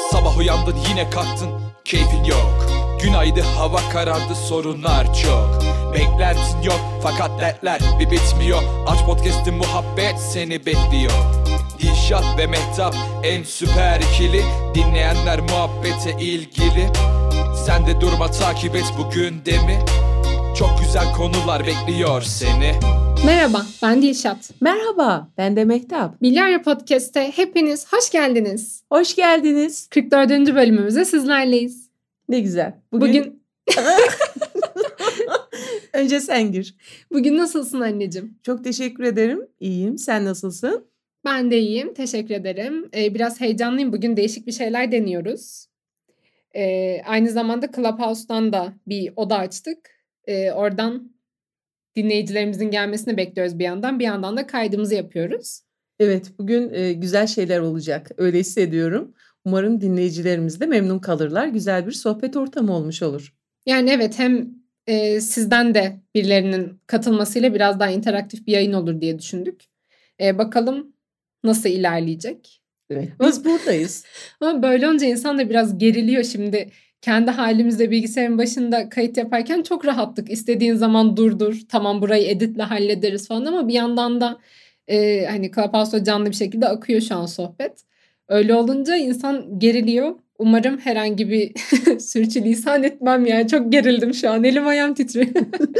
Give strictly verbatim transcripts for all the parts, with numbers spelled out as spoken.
Sabah uyandın yine kalktın, keyfin yok. Günaydın, hava karardı, sorunlar çok. Beklentin yok fakat dertler bir bitmiyor. Aç podcast'in, muhabbet seni bekliyor. Dilşat ve Mehtap en süper ikili. Dinleyenler muhabbete ilgili. Sen de durma, takip et bu gündemi. Çok güzel konular bekliyor seni. Merhaba, ben Dilşat. Merhaba, ben de Mehtap. Bilyarya Podcast'te hepiniz hoş geldiniz. Hoş geldiniz. kırk dördüncü bölümümüzde sizlerleyiz. Ne güzel. Bugün... Bugün... Önce sen gir. Bugün nasılsın anneciğim? Çok teşekkür ederim. İyiyim. Sen nasılsın? Ben de iyiyim. Teşekkür ederim. Ee, biraz heyecanlıyım. Bugün değişik bir şeyler deniyoruz. Ee, aynı zamanda Clubhouse'dan da bir oda açtık. Ee, oradan dinleyicilerimizin gelmesini bekliyoruz bir yandan. Bir yandan da kaydımızı yapıyoruz. Evet, bugün e, güzel şeyler olacak. Öyle hissediyorum. Umarım dinleyicilerimiz de memnun kalırlar. Güzel bir sohbet ortamı olmuş olur. Yani evet, hem e, sizden de birilerinin katılmasıyla biraz daha interaktif bir yayın olur diye düşündük. E, bakalım nasıl ilerleyecek. Evet, biz buradayız. Ama böyle olunca insan da biraz geriliyor şimdi. Kendi halimizde bilgisayarın başında kayıt yaparken çok rahattık. İstediğin zaman durdur, tamam burayı editle hallederiz falan, ama bir yandan da e, hani Clubhouse'da canlı bir şekilde akıyor şu an sohbet. Öyle olunca insan geriliyor. Umarım herhangi bir sürçülisan etmem ya. Çok gerildim şu an. Elim ayağım titriyor.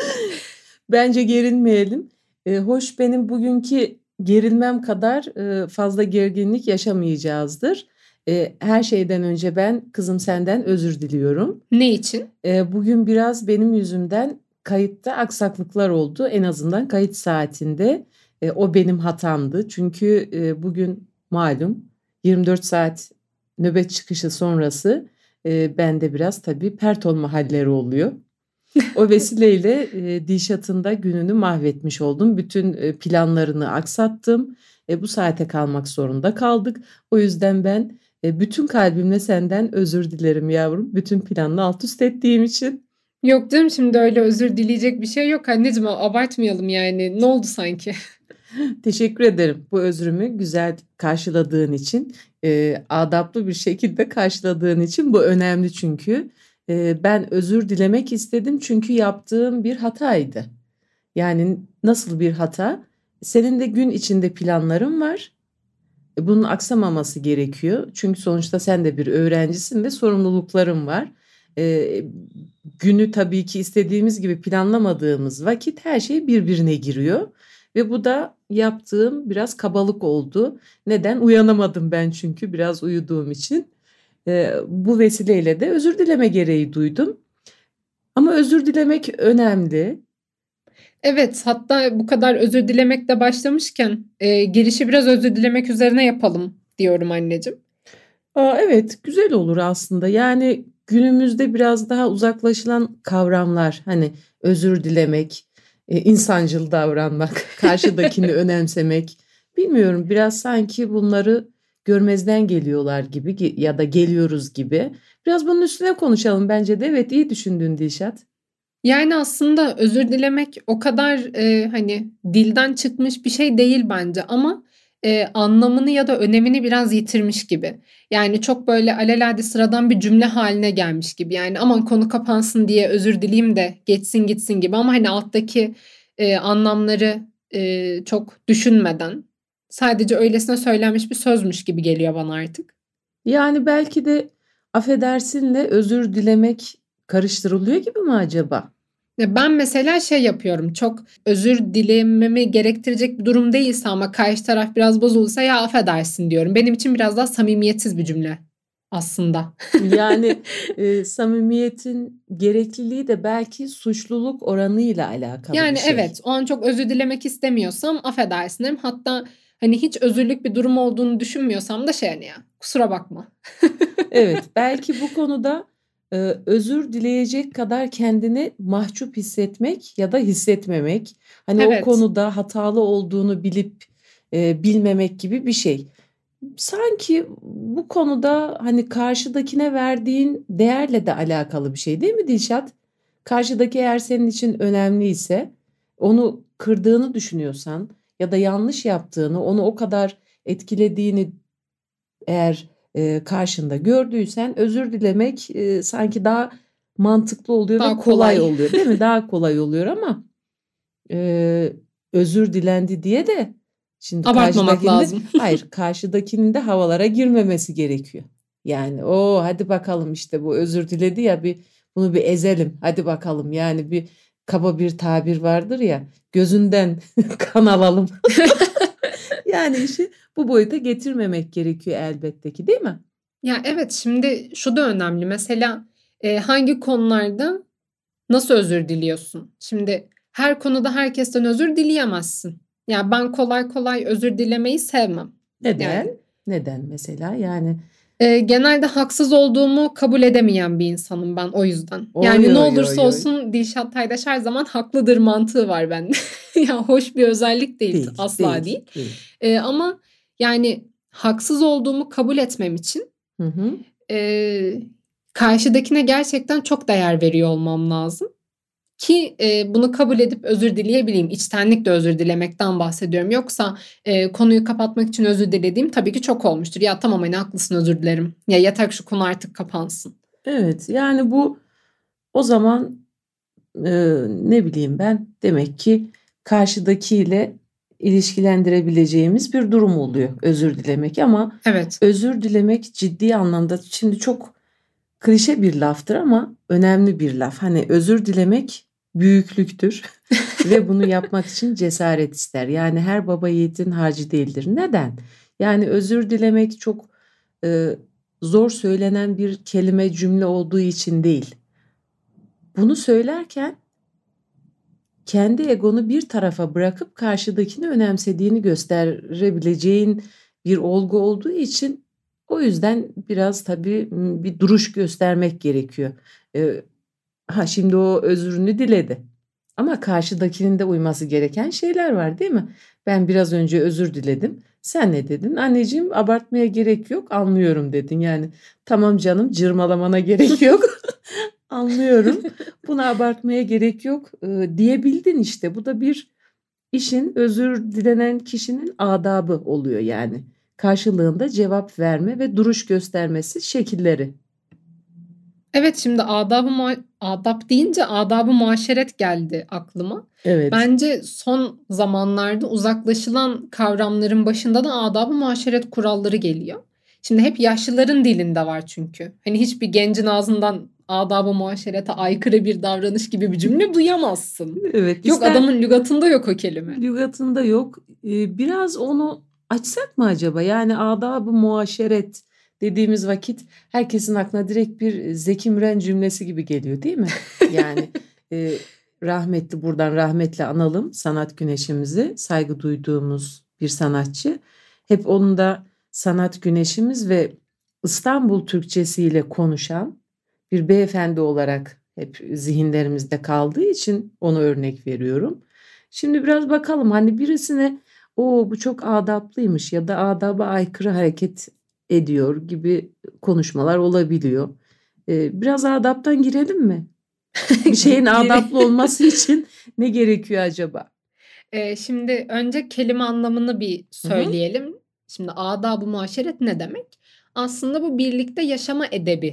Bence gerilmeyelim. E, hoş benim bugünkü gerilmem kadar e, fazla gerginlik yaşamayacağızdır. E, her şeyden önce ben kızım senden özür diliyorum. Ne için? E, bugün biraz benim yüzümden kayıtta aksaklıklar oldu. En azından kayıt saatinde. E, o benim hatamdı. Çünkü e, bugün malum yirmi dört saat nöbet çıkışı sonrası e, bende biraz tabii pert olma halleri oluyor. O vesileyle e, Dilşat'ın da gününü mahvetmiş oldum. Bütün e, planlarını aksattım. E, bu saate kalmak zorunda kaldık. O yüzden ben e, bütün kalbimle senden özür dilerim yavrum. Bütün planını alt üst ettiğim için. Yok canım, şimdi öyle özür dileyecek bir şey yok anneciğim, abartmayalım yani. Ne oldu sanki? Teşekkür ederim bu özrümü güzel karşıladığın için, e, adaplı bir şekilde karşıladığın için. Bu önemli çünkü. E, ben özür dilemek istedim çünkü yaptığım bir hataydı. Yani nasıl bir hata? Senin de gün içinde planların var. E, bunun aksamaması gerekiyor. Çünkü sonuçta sen de bir öğrencisin ve sorumlulukların var. E, günü tabii ki istediğimiz gibi planlamadığımız vakit her şey birbirine giriyor. Ve bu da yaptığım biraz kabalık oldu. Neden? Uyanamadım ben çünkü biraz uyuduğum için. Ee, bu vesileyle de özür dileme gereği duydum. Ama özür dilemek önemli. Evet, hatta bu kadar özür dilemekle başlamışken e, girişi biraz özür dilemek üzerine yapalım diyorum anneciğim. Aa, evet, güzel olur aslında. Yani günümüzde biraz daha uzaklaşılan kavramlar. Hani özür dilemek, e, insancıl davranmak, karşıdakini önemsemek. Bilmiyorum, biraz sanki bunları görmezden geliyorlar gibi ya da geliyoruz gibi. Biraz bunun üstüne konuşalım bence de. Evet, iyi düşündün Dilşat. Yani aslında özür dilemek o kadar e, hani dilden çıkmış bir şey değil bence, ama e, anlamını ya da önemini biraz yitirmiş gibi. Yani çok böyle alelade sıradan bir cümle haline gelmiş gibi. Yani aman konu kapansın diye özür dileyim de geçsin gitsin gibi, ama hani alttaki e, anlamları e, çok düşünmeden sadece öylesine söylenmiş bir sözmüş gibi geliyor bana artık. Yani belki de affedersinle özür dilemek karıştırılıyor gibi mi acaba? Ben mesela şey yapıyorum, çok özür dilememi gerektirecek bir durum değilse ama karşı taraf biraz bozulursa ya affedersin diyorum. Benim için biraz daha samimiyetsiz bir cümle aslında. Yani e, samimiyetin gerekliliği de belki suçluluk oranıyla alakalı Yani bir şey. evet, o an çok özür dilemek istemiyorsam affedersin derim. Hatta hani hiç özürlük bir durum olduğunu düşünmüyorsam da şey hani ya kusura bakma. Evet, belki bu konuda e, özür dileyecek kadar kendini mahcup hissetmek ya da hissetmemek. Hani Evet. o konuda hatalı olduğunu bilip e, bilmemek gibi bir şey. Sanki bu konuda hani karşıdakine verdiğin değerle de alakalı bir şey değil mi Dilşat? Karşıdaki eğer senin için önemliyse, onu kırdığını düşünüyorsan ya da yanlış yaptığını, onu o kadar etkilediğini eğer e, karşında gördüysen özür dilemek e, sanki daha mantıklı oluyor Daha ve kolay, kolay. oluyor, değil mi? Daha kolay oluyor ama e, özür dilendi diye de şimdi Abartmamak karşıdakinin de lazım. hayır karşıdakinin de havalara girmemesi gerekiyor. Yani o hadi bakalım işte bu özür diledi ya bir bunu bir ezelim hadi bakalım yani bir kaba bir tabir vardır ya gözünden kan alalım. Yani işi bu boyuta getirmemek gerekiyor elbette ki değil mi? Ya evet, şimdi şu da önemli. Mesela e, hangi konularda nasıl özür diliyorsun? Şimdi her konuda herkesten özür dileyemezsin. Ya ben kolay kolay özür dilemeyi sevmem. Neden? Yani Neden mesela? Yani e, genelde haksız olduğumu kabul edemeyen bir insanım ben o yüzden. oy Yani ne oy olursa oy oy. olsun Dilşat Taydaş her zaman haklıdır mantığı var bende. Ya hoş bir özellik değil, Değil, asla değil, değil. değil. E, ama yani haksız olduğumu kabul etmem için Hı hı. e, karşıdakine gerçekten çok değer veriyor olmam lazım. Ki e, bunu kabul edip özür dileyebileyim. İçtenlikle özür dilemekten bahsediyorum. Yoksa e, konuyu kapatmak için özür dilediğim tabii ki çok olmuştur. Ya tamam hani haklısın özür dilerim. Ya yeter ki şu konu artık kapansın. Evet yani bu o zaman e, ne bileyim ben demek ki karşıdakiyle ilişkilendirebileceğimiz bir durum oluyor özür dilemek ama Evet. özür dilemek ciddi anlamda şimdi çok klişe bir laftır ama önemli bir laf. Hani özür dilemek büyüklüktür ve bunu yapmak için cesaret ister. Yani her baba yiğidin harcı değildir. Neden? Yani özür dilemek çok e, zor söylenen bir kelime cümle olduğu için değil. Bunu söylerken kendi egonu bir tarafa bırakıp karşıdakini önemsediğini gösterebileceğin bir olgu olduğu için o yüzden biraz tabii bir duruş göstermek gerekiyor. Ee, ha şimdi o özrünü diledi. Ama karşıdakinin de uyması gereken şeyler var değil mi? Ben biraz önce özür diledim. Sen ne dedin? Anneciğim abartmaya gerek yok anlıyorum dedin. Yani tamam canım cırmalamana gerek yok. Anlıyorum. Buna abartmaya gerek yok e, diyebildin işte. Bu da bir işin özür dilenen kişinin adabı oluyor yani. Karşılığında cevap verme ve duruş göstermesi şekilleri. Evet, şimdi adab-ı mua- adab deyince adab-ı muaşeret geldi aklıma. Evet. Bence son zamanlarda uzaklaşılan kavramların başında da adab-ı muaşeret kuralları geliyor. Şimdi hep yaşlıların dilinde var çünkü. Hani hiçbir gencin ağzından adab-ı muaşerete aykırı bir davranış gibi bir cümle duyamazsın. Evet. Yok, ister- adamın lügatında yok o kelime. Lügatında yok. Ee, biraz onu açsak mı acaba? Yani adab-ı muaşeret dediğimiz vakit herkesin aklına direkt bir Zeki Müren cümlesi gibi geliyor değil mi? Yani e, rahmetli buradan rahmetle analım sanat güneşimizi, saygı duyduğumuz bir sanatçı. Hep onun da sanat güneşimiz ve İstanbul Türkçesiyle konuşan bir beyefendi olarak hep zihinlerimizde kaldığı için onu örnek veriyorum. Şimdi biraz bakalım hani birisine o bu çok adaplıymış ya da adaba aykırı hareket ediyor gibi konuşmalar olabiliyor. Ee, biraz adaptan girelim mi? Bir şeyin adaplı olması için ne gerekiyor acaba? Ee, şimdi önce kelime anlamını bir söyleyelim. Şimdi adab-ı muaşeret ne demek? Aslında bu birlikte yaşama edebi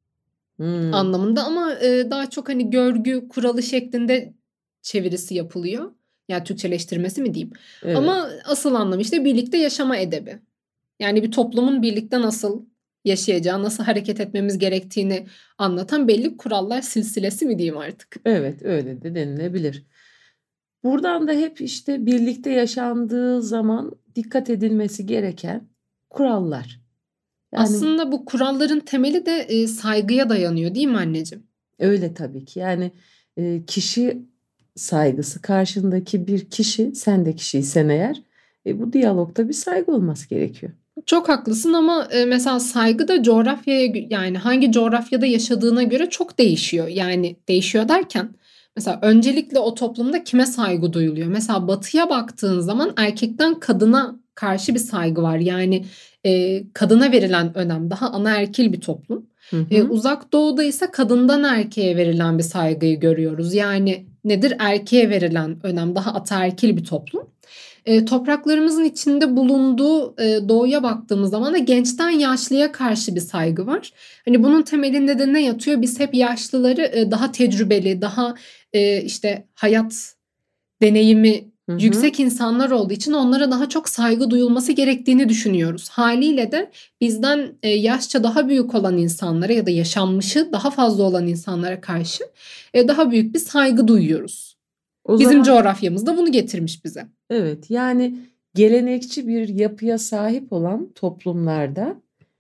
Hmm, anlamında ama e, daha çok hani görgü kuralı şeklinde çevirisi yapılıyor. Yani Türkçeleştirmesi mi diyeyim? evet. Ama asıl anlamı işte birlikte yaşama edebi. Yani bir toplumun birlikte nasıl yaşayacağı, nasıl hareket etmemiz gerektiğini anlatan belli kurallar silsilesi mi diyeyim artık? Evet öyle de denilebilir. Buradan da hep işte birlikte yaşandığı zaman dikkat edilmesi gereken kurallar. Yani Aslında bu kuralların temeli de e, saygıya dayanıyor değil mi anneciğim? öyle tabii ki. Yani e, kişi saygısı karşındaki bir kişi sen de kişiysen eğer e, bu diyalogda bir saygı olması gerekiyor. Çok haklısın ama e, mesela saygı da coğrafyaya gö- yani hangi coğrafyada yaşadığına göre çok değişiyor. Yani değişiyor derken mesela öncelikle o toplumda kime saygı duyuluyor? Mesela batıya baktığın zaman erkekten kadına karşı bir saygı var. Yani e, kadına verilen önem daha anaerkil bir toplum. Hı hı. E, uzak doğuda ise kadından erkeğe verilen bir saygıyı görüyoruz. Yani nedir? Erkeğe verilen önem daha ataerkil bir toplum. E, topraklarımızın içinde bulunduğu e, doğuya baktığımız zaman da gençten yaşlıya karşı bir saygı var. Hani bunun temelinde de ne yatıyor? Biz hep yaşlıları e, daha tecrübeli, daha e, işte hayat deneyimi Hı hı. yüksek insanlar olduğu için onlara daha çok saygı duyulması gerektiğini düşünüyoruz. Haliyle de bizden e, yaşça daha büyük olan insanlara ya da yaşanmışı daha fazla olan insanlara karşı e, daha büyük bir saygı duyuyoruz. O Bizim zaman coğrafyamız da bunu getirmiş bize. evet, yani gelenekçi bir yapıya sahip olan toplumlarda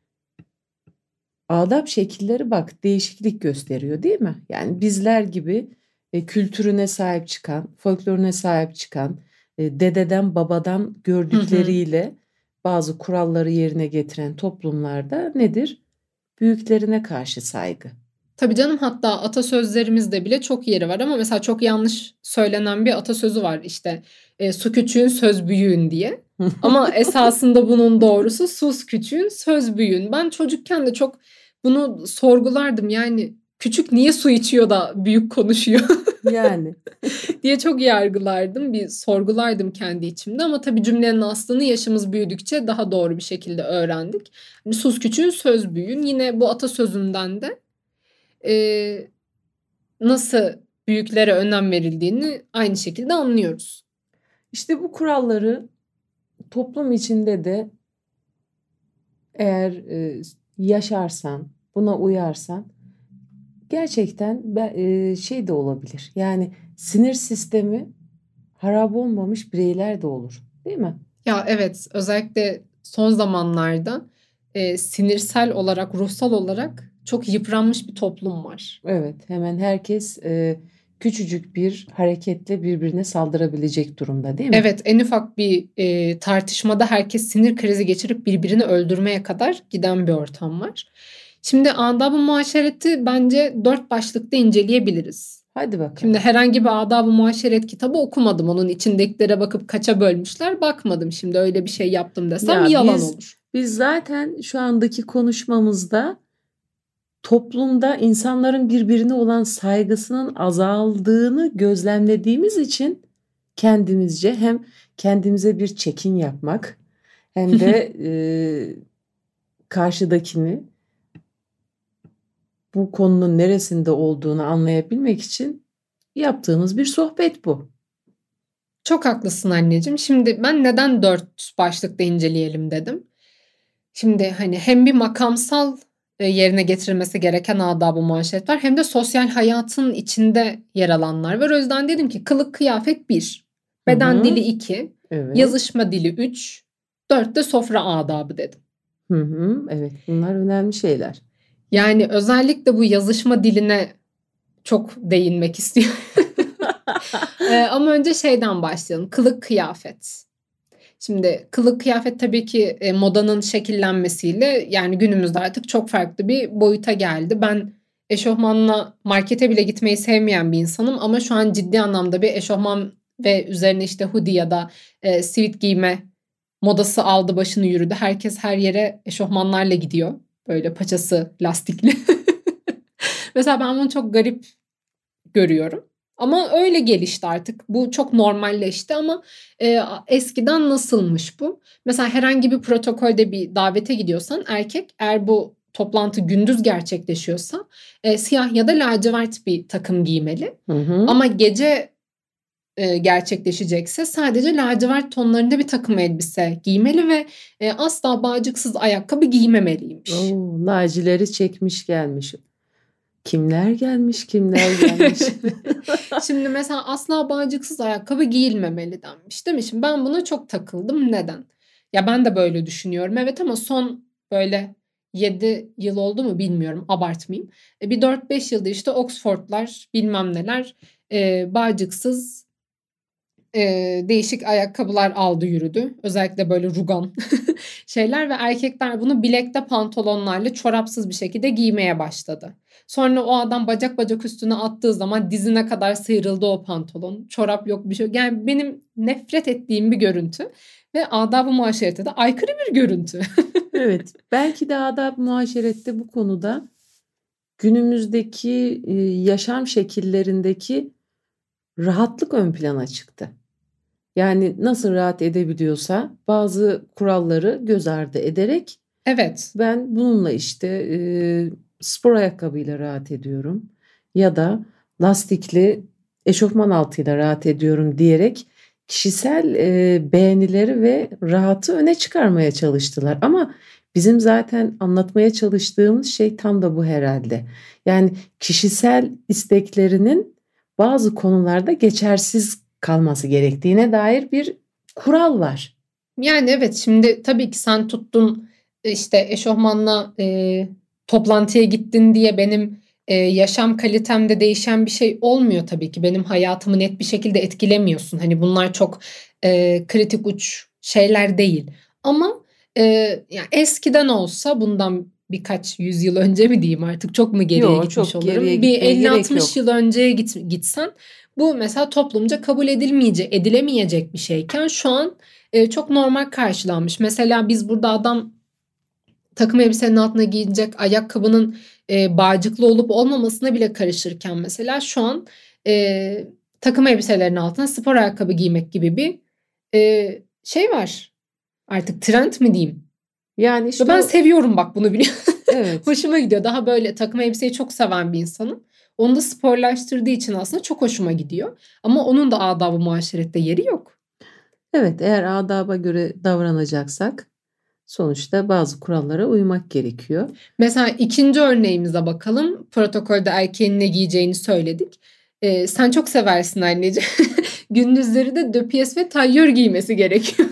adab şekilleri bak değişiklik gösteriyor, değil mi? Yani bizler gibi e, kültürüne sahip çıkan, folkloruna sahip çıkan, e, dededen babadan Hı hı. gördükleriyle bazı kuralları yerine getiren toplumlarda nedir? Büyüklerine karşı saygı. Tabii canım, hatta atasözlerimizde bile çok yeri var ama mesela çok yanlış söylenen bir atasözü var işte e, su küçüğün söz büyüğün diye. Ama esasında bunun doğrusu sus küçüğün söz büyüğün. Ben çocukken de çok bunu sorgulardım, yani küçük niye su içiyor da büyük konuşuyor Yani diye çok yargılardım, bir sorgulardım kendi içimde. Ama tabii cümlenin aslını yaşımız büyüdükçe daha doğru bir şekilde öğrendik. Hani sus küçüğün söz büyüğün, yine bu atasözünden de e, nasıl büyüklere önem verildiğini aynı şekilde anlıyoruz. işte bu kuralları toplum içinde de eğer e, yaşarsan, buna uyarsan gerçekten be- e, şey de olabilir. Yani sinir sistemi harap olmamış bireyler de olur, değil mi? Ya evet, özellikle son zamanlarda e, sinirsel olarak, ruhsal olarak çok yıpranmış bir toplum var. Evet, hemen herkes e, küçücük bir hareketle birbirine saldırabilecek durumda, değil mi? Evet, en ufak bir e, tartışmada herkes sinir krizi geçirip birbirini öldürmeye kadar giden bir ortam var. Şimdi adab-ı muaşereti bence dört başlıkta inceleyebiliriz. Hadi bakalım. Şimdi herhangi bir adab-ı muaşeret kitabı okumadım. Onun içindekilere bakıp kaça bölmüşler bakmadım. Şimdi öyle bir şey yaptım desem Ya yalan biz olur. biz zaten şu andaki konuşmamızda toplumda insanların birbirine olan saygısının azaldığını gözlemlediğimiz için kendimizce hem kendimize bir check-in yapmak hem de e, karşıdakini bu konunun neresinde olduğunu anlayabilmek için yaptığımız bir sohbet bu. Çok haklısın anneciğim. Şimdi ben neden dört başlıkta inceleyelim dedim. Şimdi hani hem bir makamsal e, yerine getirilmesi gereken adab-ı muaşeret var, hem de sosyal hayatın içinde yer alanlar var. O yüzden dedim ki kılık kıyafet bir, Hı beden hı. dili iki, Evet. yazışma dili üç, dört de sofra adabı dedim. Hı hı. Evet, bunlar önemli şeyler. Yani özellikle bu yazışma diline çok değinmek istiyorum. Ee, ama önce şeyden başlayalım. Kılık kıyafet. Şimdi kılık kıyafet tabii ki e, modanın şekillenmesiyle yani günümüzde artık çok farklı bir boyuta geldi. Ben eşofmanla markete bile gitmeyi sevmeyen bir insanım ama şu an ciddi anlamda bir eşofman ve üzerine işte hoodie ya da e, sivit giyme modası aldı başını yürüdü. Herkes her yere eşofmanlarla gidiyor. Böyle paçası lastikli. Mesela ben bunu çok garip görüyorum. Ama öyle gelişti artık. Bu çok normalleşti ama e, eskiden nasılmış bu? Mesela herhangi bir protokolde bir davete gidiyorsan erkek, eğer bu toplantı gündüz gerçekleşiyorsa e, siyah ya da lacivert bir takım giymeli. Hı hı. Ama gece e, gerçekleşecekse sadece lacivert tonlarında bir takım elbise giymeli ve e, asla bağcıksız ayakkabı giymemeliymiş. Oo, lacileri çekmiş gelmiş. Kimler gelmiş, kimler gelmiş. Şimdi mesela asla bağcıksız ayakkabı giyilmemeli denmiş, değil mi? Şimdi ben buna çok takıldım. Neden? Ya ben de böyle düşünüyorum. Evet, ama son böyle yedi yıl oldu mu bilmiyorum. Abartmayayım. E, bir dört beş yıldır işte Oxford'lar bilmem neler e, bağcıksız e, değişik ayakkabılar aldı yürüdü. Özellikle böyle rugan şeyler ve erkekler bunu bilekte pantolonlarla çorapsız bir şekilde giymeye başladı. Sonra o adam bacak bacak üstüne attığı zaman dizine kadar sıyrıldı o pantolon. Çorap yok, bir şey yok. Yani benim nefret ettiğim bir görüntü ve adab-ı muaşerete de aykırı bir görüntü. Evet, belki de adab-ı muaşerette bu konuda günümüzdeki e, yaşam şekillerindeki rahatlık ön plana çıktı. Yani nasıl rahat edebiliyorsa bazı kuralları göz ardı ederek Evet. ben bununla işte e, spor ayakkabıyla rahat ediyorum ya da lastikli eşofman altıyla rahat ediyorum diyerek kişisel e, beğenileri ve rahatı öne çıkarmaya çalıştılar. Ama bizim zaten anlatmaya çalıştığımız şey tam da bu herhalde. Yani kişisel isteklerinin bazı konularda geçersiz kalması gerektiğine dair bir kural var. Yani evet, şimdi tabii ki sen tuttun işte eşofmanla e, toplantıya gittin diye benim e, yaşam kalitemde değişen bir şey olmuyor tabii ki. Benim hayatımı net bir şekilde etkilemiyorsun. Hani bunlar çok e, kritik uç şeyler değil. Ama e, yani eskiden olsa, bundan birkaç yüzyıl önce mi diyeyim, artık çok mu geriye Yo, gitmiş çok olurum? geriye Bir gitmeye elli gerek altmış yok. yıl önceye git, gitsen bu mesela toplumca kabul edilmeyecek, edilemeyecek bir şeyken şu an e, çok normal karşılanmış. Mesela biz burada adam takım elbisenin altına giyecek ayakkabının e, bağcıklı olup olmamasına bile karışırken mesela şu an e, takım elbiselerin altına spor ayakkabı giymek gibi bir e, şey var. Artık trend mi diyeyim? Yani Ve işte ben o- seviyorum bak bunu, biliyorsun. evet. Hoşuma gidiyor. Daha böyle takım elbiseyi çok seven bir insanım. Onu da sporlaştırdığı için aslında çok hoşuma gidiyor. Ama onun da adab-ı muaşerette yeri yok. Evet, eğer adaba göre davranacaksak sonuçta bazı kurallara uymak gerekiyor. Mesela ikinci örneğimize bakalım. Protokolde erkeğin ne giyeceğini söyledik. Ee, sen çok seversin anneciğim. Gündüzleri de döpiyes ve tayyör giymesi gerekiyor.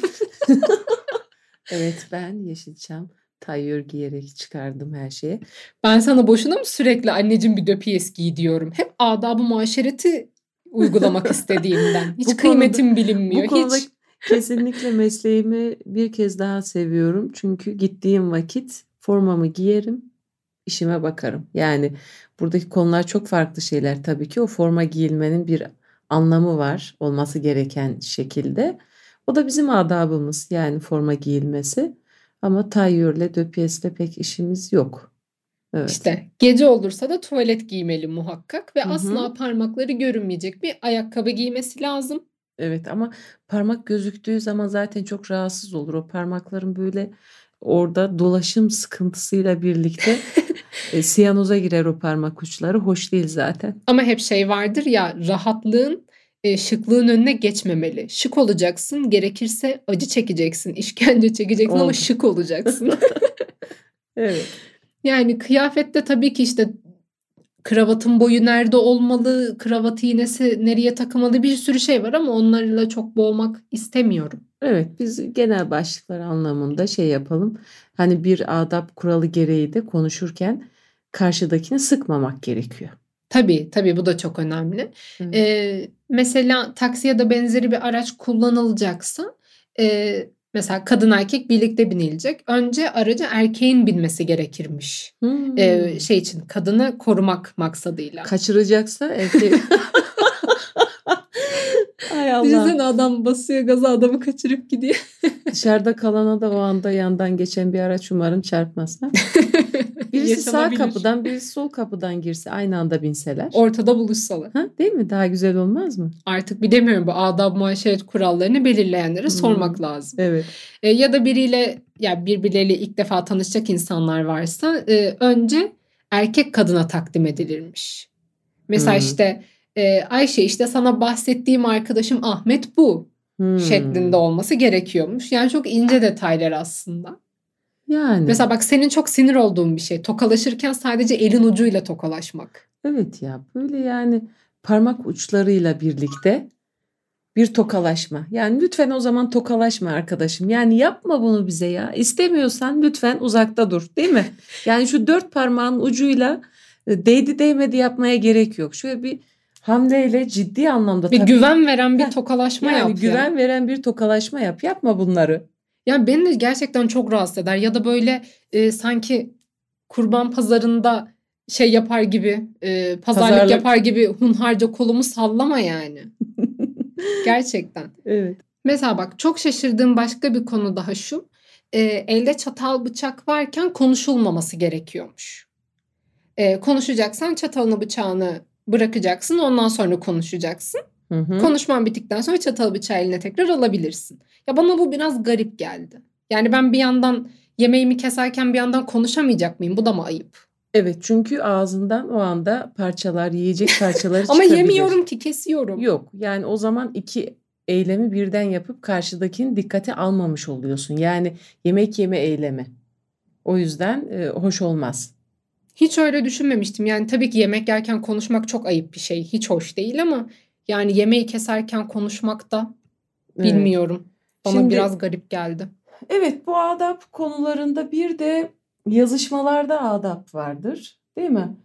Evet, ben Yeşilçam tayyör giyerek çıkardım her şeye. Ben sana boşuna mı sürekli anneciğim bir döpiyes giy diyorum? Hep adab-ı muaşereti uygulamak istediğimden. Hiç Bu konuda- kıymetim bilinmiyor. Bu konuda Hiç. kesinlikle mesleğimi bir kez daha seviyorum. Çünkü gittiğim vakit formamı giyerim, işime bakarım. Yani buradaki konular çok farklı şeyler tabii ki. O forma giyilmenin bir anlamı var olması gereken şekilde. O da bizim adabımız, yani forma giyilmesi. Ama tayyörle, döpiyesle pek işimiz yok. Evet. İşte gece olursa da tuvalet giymeli muhakkak ve Hı hı. asla parmakları görünmeyecek bir ayakkabı giymesi lazım. Evet, ama parmak gözüktüğü zaman zaten çok rahatsız olur. O parmakların böyle orada dolaşım sıkıntısıyla birlikte e, siyanoza girer o parmak uçları. Hoş değil zaten. Ama hep şey vardır ya, rahatlığın e, şıklığın önüne geçmemeli. Şık olacaksın, gerekirse acı çekeceksin, işkence çekeceksin ama Oldu. şık olacaksın. Evet. Yani kıyafette tabii ki işte kravatın boyu nerede olmalı, kravat iğnesi nereye takılmalı, bir sürü şey var ama onlarla çok boğmak istemiyorum. Evet, biz genel başlıklar anlamında şey yapalım. Hani bir adab kuralı gereği de konuşurken karşıdakini sıkmamak gerekiyor. Tabii tabii, bu da çok önemli. Evet. Ee, mesela taksi ya da benzeri bir araç kullanılacaksa e, mesela kadın erkek birlikte binilecek. Önce araca erkeğin binmesi gerekirmiş. Hmm. Ee, şey için, kadını korumak maksadıyla. Kaçıracaksa erkek. Ay Allah. Düşünsene, adam basıyor gaza, adamı kaçırıp gidiyor. Dışarıda kalana da o anda yandan geçen bir araç umarım çarpmaz. Ha? Birisi sağ Yaşanabilir. kapıdan, birisi sol kapıdan girse aynı anda binseler. Ortada buluşsalar. Ha, değil mi? Daha güzel olmaz mı? Artık bilemiyorum, bu adab muaşeret kurallarını belirleyenlere Hmm. sormak lazım. Evet. E, ya da biriyle, ya birbirleriyle ilk defa tanışacak insanlar varsa e, önce erkek kadına takdim edilirmiş. Mesela Hmm. işte e, Ayşe, işte sana bahsettiğim arkadaşım Ahmet bu Hmm. şeklinde olması gerekiyormuş. Yani çok ince detaylar aslında. Yani. Mesela bak, senin çok sinir olduğun bir şey. Tokalaşırken sadece elin ucuyla tokalaşmak. Evet ya, böyle yani parmak uçlarıyla birlikte bir tokalaşma. Yani lütfen o zaman tokalaşma arkadaşım. Yani yapma bunu bize ya. İstemiyorsan lütfen uzakta dur, değil mi? Yani şu dört parmağın ucuyla e, değdi değmedi yapmaya gerek yok. Şöyle bir hamleyle ciddi anlamda Bir tabii. güven veren bir Heh, tokalaşma yani yap ya. güven veren bir tokalaşma yap. Yapma bunları. Yani beni de gerçekten çok rahatsız eder. Ya da böyle e, sanki kurban pazarında şey yapar gibi, e, pazarlık, Pazarlık. yapar gibi hunharca kolumu sallama yani. Gerçekten. Evet. Mesela bak, çok şaşırdığım başka bir konu daha şu. E, elde çatal bıçak varken konuşulmaması gerekiyormuş. E, konuşacaksan çatalını bıçağını bırakacaksın, ondan sonra konuşacaksın. Hı hı. Konuşman bittikten sonra çatalı bıçağı eline tekrar alabilirsin. Ya bana bu biraz garip geldi. Yani ben bir yandan yemeğimi keserken bir yandan konuşamayacak mıyım? Bu da mı ayıp? Evet, çünkü ağzından o anda parçalar, yiyecek parçaları Ama çıkabilir. yemiyorum ki, kesiyorum. Yok, yani o zaman iki eylemi birden yapıp karşıdakini dikkate almamış oluyorsun. Yani yemek yeme eylemi. O yüzden e, hoş olmaz. Hiç öyle düşünmemiştim. Yani tabii ki yemek yerken konuşmak çok ayıp bir şey. Hiç hoş değil ama yani yemeği keserken konuşmak da Evet. bilmiyorum. Bana Şimdi biraz garip geldi. evet, bu adap konularında bir de yazışmalarda adap vardır, değil mi?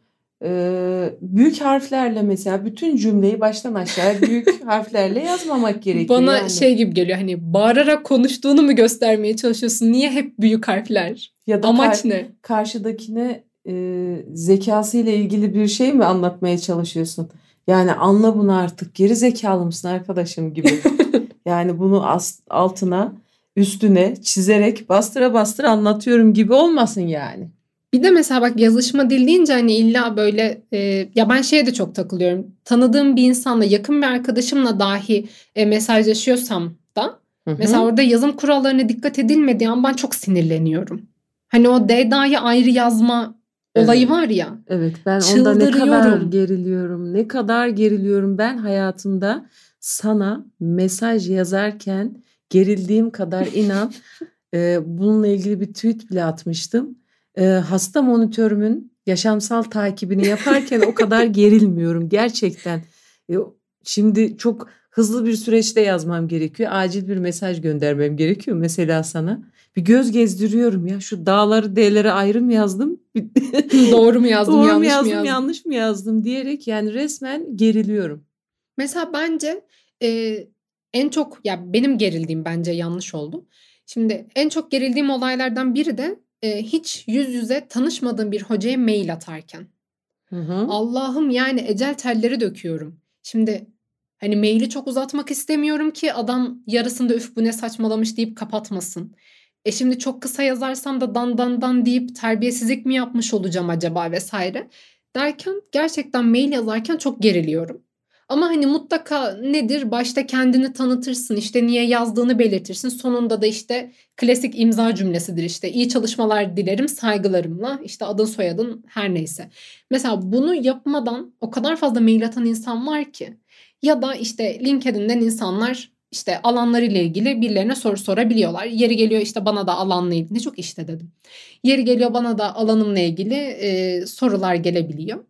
Ee, büyük harflerle mesela bütün cümleyi baştan aşağı büyük harflerle yazmamak gerekiyor. Bana Yani şey gibi geliyor, hani bağırarak konuştuğunu mu göstermeye çalışıyorsun? Niye hep büyük harfler? ya da Amaç kar- ne? karşıdakine e, zekasıyla ilgili bir şey mi anlatmaya çalışıyorsun? Yani anla bunu artık, geri zekalı mısın arkadaşım gibi. Yani bunu as- altına üstüne çizerek bastıra bastıra anlatıyorum gibi olmasın yani. Bir de mesela bak, yazışma dil deyince hani illa böyle e, ya ben şeye de çok takılıyorum. Tanıdığım bir insanla, yakın bir arkadaşımla dahi e, mesajlaşıyorsam da Hı mesela hı. orada yazım kurallarına dikkat edilmediği an ben çok sinirleniyorum. Hani o D'da'yı ayrı yazma olayı Evet. var ya, Evet, ben onda ne kadar çıldırıyorum. geriliyorum, ne kadar geriliyorum. Ben hayatımda sana mesaj yazarken gerildiğim kadar inan e, bununla ilgili bir tweet bile atmıştım. E, hasta monitörümün yaşamsal takibini yaparken o kadar gerilmiyorum gerçekten. E, şimdi çok hızlı bir süreçte yazmam gerekiyor. Acil bir mesaj göndermem gerekiyor mesela sana. Bir göz gezdiriyorum ya, şu dağları D'lere ayrı mı yazdım? Doğru mu yazdım, Doğru mu yanlış mı yazdım, yazdım? yanlış mı yazdım diyerek yani resmen geriliyorum. Mesela bence e, en çok, ya benim gerildiğim, bence yanlış oldu. Şimdi en çok gerildiğim olaylardan biri de e, hiç yüz yüze tanışmadığım bir hocaya mail atarken. Hı hı. Allah'ım, yani ecel telleri döküyorum. Şimdi hani maili çok uzatmak istemiyorum ki adam yarısında üf bu ne saçmalamış deyip kapatmasın. E şimdi çok kısa yazarsam da dan dan dan deyip terbiyesizlik mi yapmış olacağım acaba vesaire. Derken gerçekten mail yazarken çok geriliyorum. Ama hani mutlaka nedir? Başta kendini tanıtırsın, işte niye yazdığını belirtirsin. Sonunda da işte klasik imza cümlesidir, işte iyi çalışmalar dilerim saygılarımla, işte adın soyadın her neyse. Mesela bunu yapmadan o kadar fazla mail atan insan var ki. Ya da işte LinkedIn'den insanlar işte alanlarıyla ilgili birilerine soru sorabiliyorlar. Yeri geliyor işte bana da alanla ilgili, ne çok işte dedim. Yeri geliyor bana da alanımla ilgili e, sorular gelebiliyor.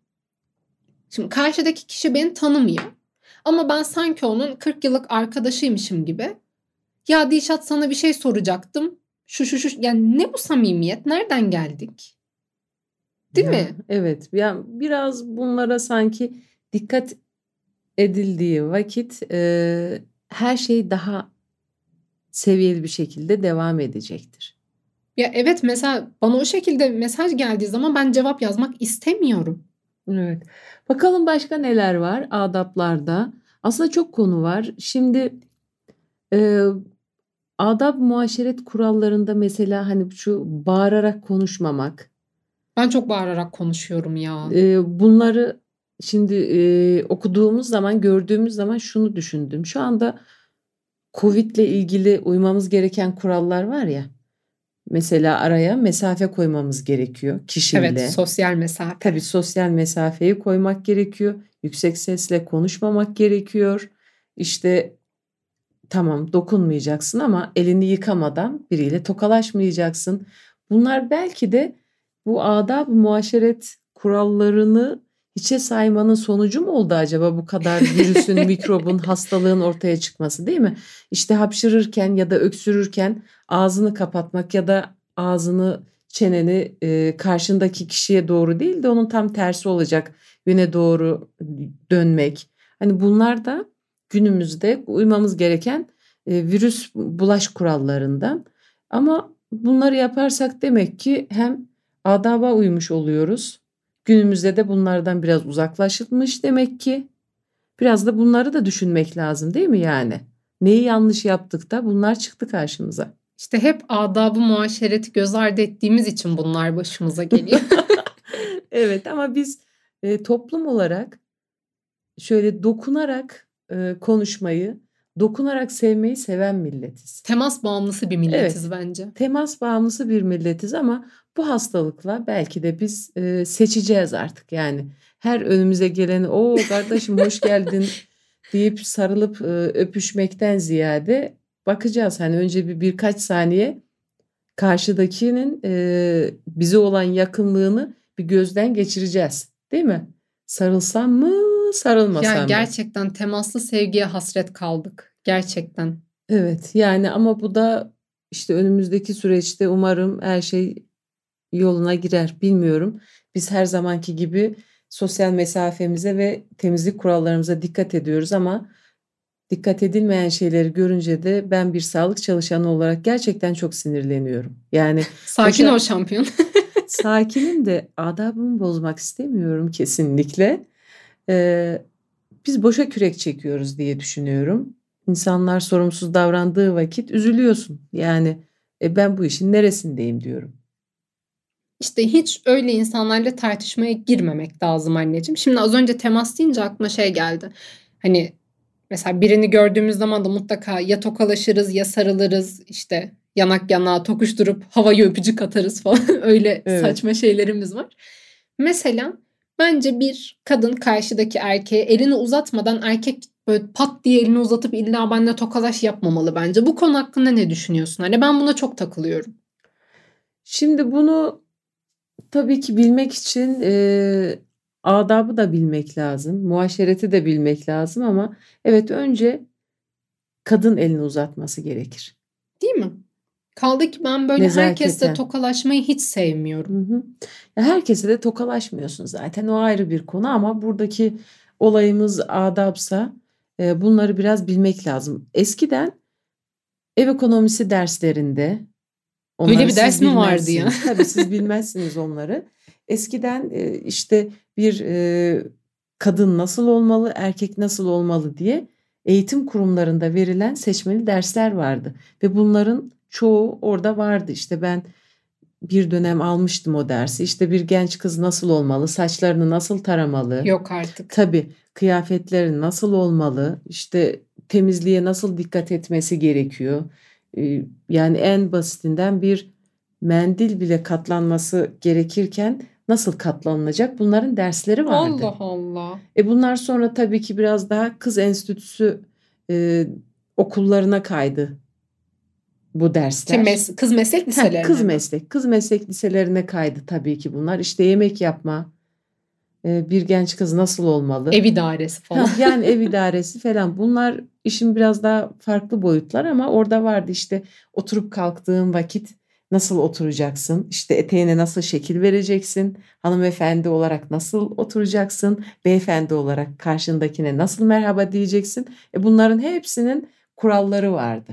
Şimdi karşıdaki kişi beni tanımıyor. Ama ben sanki onun kırk yıllık arkadaşıymışım gibi. Ya Dilşat, sana bir şey soracaktım. Şu şu şu, yani ne bu samimiyet? Nereden geldik? Değil Ya, mi? evet, yani biraz bunlara sanki dikkat edildiği vakit e, her şey daha seviyeli bir şekilde devam edecektir. Ya evet, mesela bana o şekilde mesaj geldiği zaman ben cevap yazmak istemiyorum. Evet. Bakalım başka neler var adaplarda. Aslında çok konu var. Şimdi e, adab muaşeret kurallarında mesela hani şu bağırarak konuşmamak. Ben çok bağırarak konuşuyorum ya. E, bunları şimdi e, okuduğumuz zaman, gördüğümüz zaman şunu düşündüm. Şu anda Covid'le ilgili uymamız gereken kurallar var ya. Mesela araya mesafe koymamız gerekiyor Evet, kişiyle. sosyal mesafe. Tabii sosyal mesafeyi koymak gerekiyor. Yüksek sesle konuşmamak gerekiyor. İşte tamam, dokunmayacaksın ama elini yıkamadan biriyle tokalaşmayacaksın. Bunlar belki de bu adab-ı muaşeret kurallarını hiçe saymanın sonucu mu oldu acaba, bu kadar virüsün, mikrobun, hastalığın ortaya çıkması, değil mi? İşte hapşırırken ya da öksürürken ağzını kapatmak ya da ağzını, çeneni e, karşındaki kişiye doğru değil de onun tam tersi olacak yöne doğru dönmek. Hani bunlar da günümüzde uymamız gereken e, virüs bulaş kurallarından. Ama bunları yaparsak demek ki hem adaba uymuş oluyoruz. Günümüzde de bunlardan biraz uzaklaşılmış demek ki. Biraz da bunları da düşünmek lazım, değil mi yani? Neyi yanlış yaptık da bunlar çıktı karşımıza. İşte hep adab-ı muaşereti göz ardı ettiğimiz için bunlar başımıza geliyor. Evet, ama biz e, toplum olarak şöyle dokunarak e, konuşmayı, dokunarak sevmeyi seven milletiz. Temas bağımlısı bir milletiz evet. bence. Temas bağımlısı bir milletiz ama bu hastalıkla belki de biz e, seçeceğiz artık. Yani her önümüze geleni o kardeşim hoş geldin deyip sarılıp e, öpüşmekten ziyade bakacağız. Hani önce bir birkaç saniye karşıdakinin e, bize olan yakınlığını bir gözden geçireceğiz. Değil mi? Sarılsam mı, sarılmasam ya mı? Gerçekten temaslı sevgiye hasret kaldık. Gerçekten. Evet yani ama bu da işte önümüzdeki süreçte umarım her şey yoluna girer. Bilmiyorum. Biz her zamanki gibi sosyal mesafemize ve temizlik kurallarımıza dikkat ediyoruz ama dikkat edilmeyen şeyleri görünce de ben bir sağlık çalışanı olarak gerçekten çok sinirleniyorum. Yani sakin boşa, ol şampiyon. Sakinim de adabımı bozmak istemiyorum kesinlikle. Ee, biz boşa kürek çekiyoruz diye düşünüyorum. İnsanlar sorumsuz davrandığı vakit üzülüyorsun. Yani e, ben bu işin neresindeyim diyorum. İşte hiç öyle insanlarla tartışmaya girmemek lazım anneciğim. Şimdi az önce temas deyince aklıma şey geldi. Hani mesela birini gördüğümüz zaman da mutlaka ya tokalaşırız ya sarılırız işte yanak yanağa tokuşturup havaya öpücük atarız falan öyle evet. saçma şeylerimiz var. Mesela bence bir kadın karşıdaki erkeğe elini uzatmadan erkek böyle pat diye elini uzatıp illa benimle tokalaş yapmamalı bence. Bu konu hakkında ne düşünüyorsun? Hani ben buna çok takılıyorum. Şimdi bunu tabii ki bilmek için e, adabı da bilmek lazım. Muaşereti de bilmek lazım ama evet önce kadın elini uzatması gerekir. Değil mi? Kaldı ki ben böyle Nezaketen. herkesle tokalaşmayı hiç sevmiyorum. Hı hı. Ya herkese de tokalaşmıyorsun zaten o ayrı bir konu ama buradaki olayımız adapsa e, bunları biraz bilmek lazım. Eskiden ev ekonomisi derslerinde öyle bir ders mi vardı ya? Tabii siz bilmezsiniz onları. Eskiden e, işte bir e, kadın nasıl olmalı, erkek nasıl olmalı diye eğitim kurumlarında verilen seçmeli dersler vardı. Ve bunların çoğu orada vardı. İşte ben bir dönem almıştım o dersi. İşte bir genç kız nasıl olmalı, saçlarını nasıl taramalı. Yok artık. Tabii kıyafetleri nasıl olmalı, işte temizliğe nasıl dikkat etmesi gerekiyor. Yani en basitinden bir mendil bile katlanması gerekirken nasıl katlanılacak bunların dersleri vardı. Allah Allah. E bunlar sonra tabii ki biraz daha kız enstitüsü e, okullarına kaydı bu dersler. Mes- kız meslek liselerine. Ha, kız meslek, kız meslek liselerine kaydı tabii ki bunlar. İşte yemek yapma, e, bir genç kız nasıl olmalı? Ev idaresi falan. Ha, yani ev idaresi falan. Bunlar işin biraz daha farklı boyutlar ama orada vardı işte oturup kalktığın vakit nasıl oturacaksın? İşte eteğine nasıl şekil vereceksin? Hanımefendi olarak nasıl oturacaksın? Beyefendi olarak karşındakine nasıl merhaba diyeceksin? E bunların hepsinin kuralları vardı.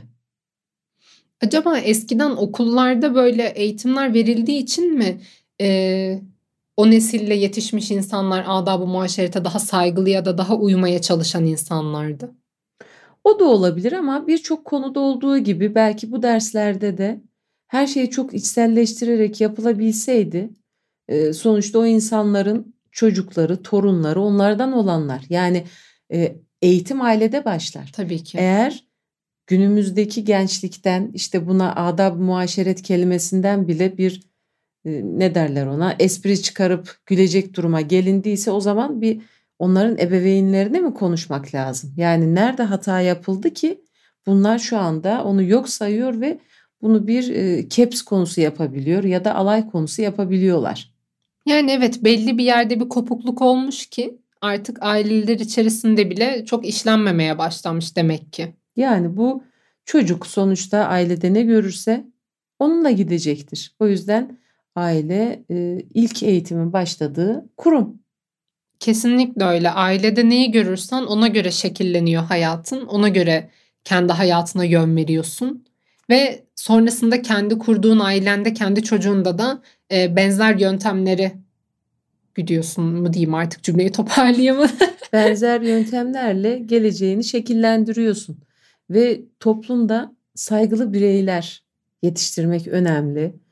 Acaba eskiden okullarda böyle eğitimler verildiği için mi e, o nesille yetişmiş insanlar adab-ı muaşerete daha saygılı ya da daha uymaya çalışan insanlardı? O da olabilir ama birçok konuda olduğu gibi belki bu derslerde de her şeyi çok içselleştirerek yapılabilseydi e, sonuçta o insanların çocukları, torunları onlardan olanlar. Yani e, eğitim ailede başlar. Tabii ki. Eğer günümüzdeki gençlikten işte buna adab-ı muaşeret kelimesinden bile bir e, ne derler ona espri çıkarıp gülecek duruma gelindiyse o zaman bir onların ebeveynlerine mi konuşmak lazım? Yani nerede hata yapıldı ki bunlar şu anda onu yok sayıyor ve bunu bir e, caps konusu yapabiliyor ya da alay konusu yapabiliyorlar. Yani evet belli bir yerde bir kopukluk olmuş ki artık aileler içerisinde bile çok işlenmemeye başlamış demek ki. Yani bu çocuk sonuçta ailede ne görürse onunla gidecektir. O yüzden aile e, ilk eğitimin başladığı kurum. Kesinlikle öyle. Ailede neyi görürsen ona göre şekilleniyor hayatın. Ona göre kendi hayatına yön veriyorsun. Ve sonrasında kendi kurduğun ailende, kendi çocuğunda da e, benzer yöntemleri güdüyorsun mu diyeyim artık cümleyi toparlayamadım. Benzer yöntemlerle geleceğini şekillendiriyorsun. Ve toplumda saygılı bireyler yetiştirmek önemli.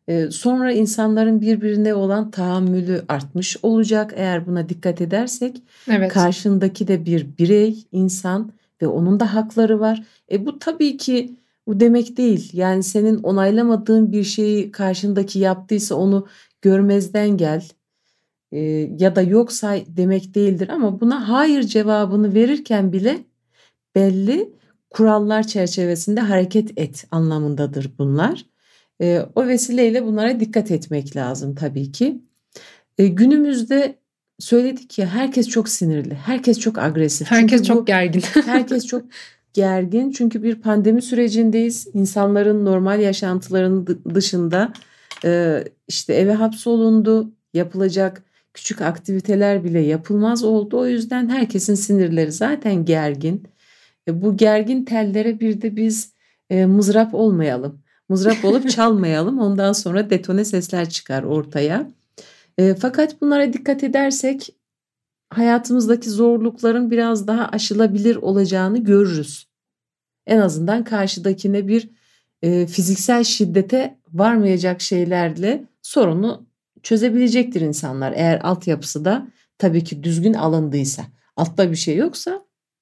Ee, sonra insanların birbirine olan tahammülü artmış olacak eğer buna dikkat edersek. Evet. Karşındaki de bir birey, insan ve onun da hakları var. E bu tabii ki bu demek değil. Yani senin onaylamadığın bir şeyi karşındaki yaptıysa onu görmezden gel e, ya da yok say demek değildir. Ama buna hayır cevabını verirken bile belli kurallar çerçevesinde hareket et anlamındadır bunlar. E, o vesileyle bunlara dikkat etmek lazım tabii ki. E, günümüzde söyledik ya, herkes çok sinirli, herkes çok agresif. Herkes Çünkü bu, çok gergin. herkes çok gergin çünkü bir pandemi sürecindeyiz. İnsanların normal yaşantılarının dışında e, işte eve hapsolundu, yapılacak küçük aktiviteler bile yapılmaz oldu. O yüzden herkesin sinirleri zaten gergin. E, bu gergin tellere bir de biz e, mızrap olmayalım. Mızrap olup çalmayalım. Ondan sonra detone sesler çıkar ortaya. E, fakat bunlara dikkat edersek hayatımızdaki zorlukların biraz daha aşılabilir olacağını görürüz. En azından karşıdakine bir e, fiziksel şiddete varmayacak şeylerle sorunu çözebilecektir insanlar. Eğer altyapısı da tabii ki düzgün alındıysa. Altta bir şey yoksa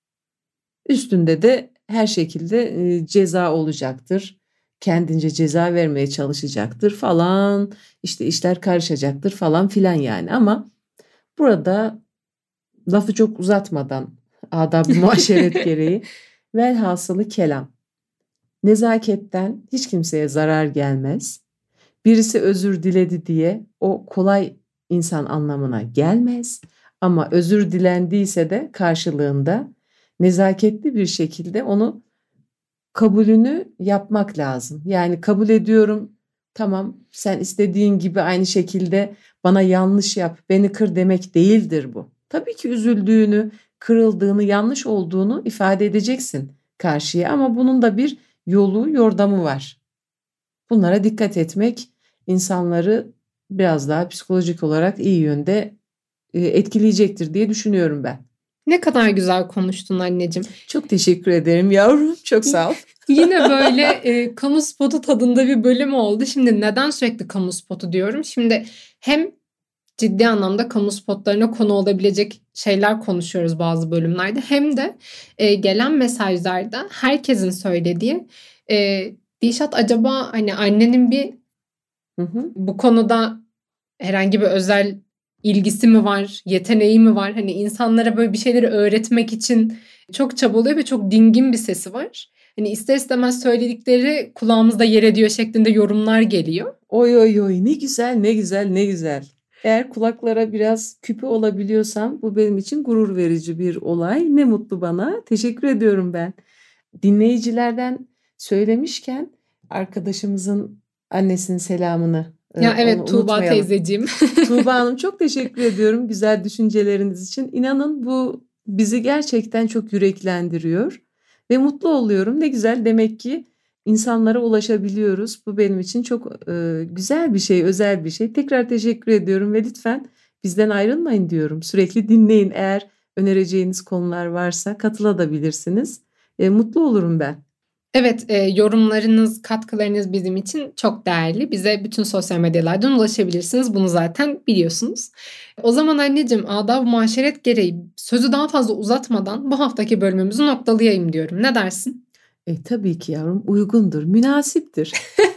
üstünde de her şekilde e, ceza olacaktır. Kendince ceza vermeye çalışacaktır falan. İşte işler karışacaktır falan filan yani. Ama burada lafı çok uzatmadan adab-ı muaşeret gereği velhasılı kelam. Nezaketten hiç kimseye zarar gelmez. Birisi özür diledi diye o kolay insan anlamına gelmez. Ama özür dilendiyse de karşılığında nezaketli bir şekilde onu kabulünü yapmak lazım. Yani kabul ediyorum, tamam, sen istediğin gibi aynı şekilde bana yanlış yap, beni kır demek değildir bu. Tabii ki üzüldüğünü, kırıldığını, yanlış olduğunu ifade edeceksin karşıya ama bunun da bir yolu, yordamı var. Bunlara dikkat etmek insanları biraz daha psikolojik olarak iyi yönde etkileyecektir diye düşünüyorum ben. Ne kadar güzel konuştun anneciğim. Çok teşekkür ederim yavrum. Çok sağ ol. Yine böyle e, kamu spotu tadında bir bölüm oldu. Şimdi neden sürekli kamu spotu diyorum? Şimdi hem ciddi anlamda kamu spotlarına konu olabilecek şeyler konuşuyoruz bazı bölümlerde. Hem de e, gelen mesajlarda herkesin söylediği e, Dilşat, acaba hani annenin bir hı hı. bu konuda herhangi bir özel ilgisi mi var, yeteneği mi var? Hani insanlara böyle bir şeyleri öğretmek için çok çabalıyor ve çok dingin bir sesi var. Hani ister istemez söyledikleri kulağımızda yer ediyor şeklinde yorumlar geliyor. Oy oy oy, ne güzel ne güzel ne güzel. Eğer kulaklara biraz küpe olabiliyorsam bu benim için gurur verici bir olay. Ne mutlu bana. Teşekkür ediyorum ben. Dinleyicilerden söylemişken arkadaşımızın annesinin selamını Ya evet, Tuğba teyzeciğim. Tuğba Hanım, çok teşekkür ediyorum güzel düşünceleriniz için. İnanın bu bizi gerçekten çok yüreklendiriyor ve mutlu oluyorum. Ne güzel, demek ki insanlara ulaşabiliyoruz. Bu benim için çok e, güzel bir şey, özel bir şey. Tekrar teşekkür ediyorum ve lütfen bizden ayrılmayın diyorum. Sürekli dinleyin. Eğer önereceğiniz konular varsa katılabilirsiniz. E, mutlu olurum ben. Evet, e, yorumlarınız, katkılarınız bizim için çok değerli. Bize bütün sosyal medyalardan ulaşabilirsiniz. Bunu zaten biliyorsunuz. O zaman anneciğim, adab-ı muaşeret gereği sözü daha fazla uzatmadan bu haftaki bölümümüzü noktalayayım diyorum. Ne dersin? E, tabii ki yavrum, uygundur, münasiptir.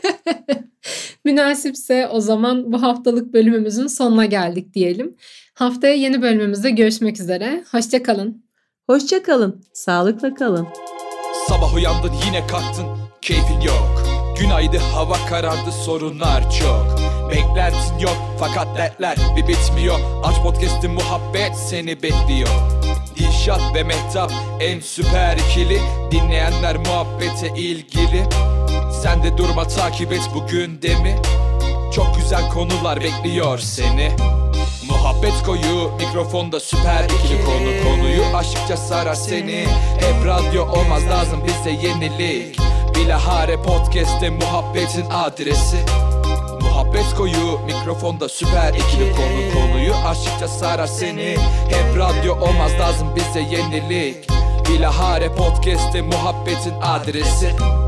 Münasipse o zaman bu haftalık bölümümüzün sonuna geldik diyelim. Haftaya yeni bölümümüzde görüşmek üzere. Hoşça kalın. Hoşça kalın. Sağlıkla kalın. Sabah uyandın yine kalktın, keyfin yok. Günaydın, hava karardı, sorunlar çok. Beklentin yok fakat dertler bir bitmiyor. Aç podcast'ı, muhabbet seni bekliyor. Dilşat ve Mehtap en süper ikili. Dinleyenler muhabbete ilgili. Sen de durma, takip et bu gündemi. Çok güzel konular bekliyor seni. Muhabbet koyu mikrofonda süper ikili konu. Konuyu aşıkça sarar seni. Hep radyo olmaz, lazım bize yenilik. Bilahare podcast'te muhabbetin adresi. Muhabbet koyu mikrofonda süper ikili konu. Konuyu aşıkça sarar seni. Hep radyo olmaz, lazım bize yenilik. Bilahare podcast'te muhabbetin adresi.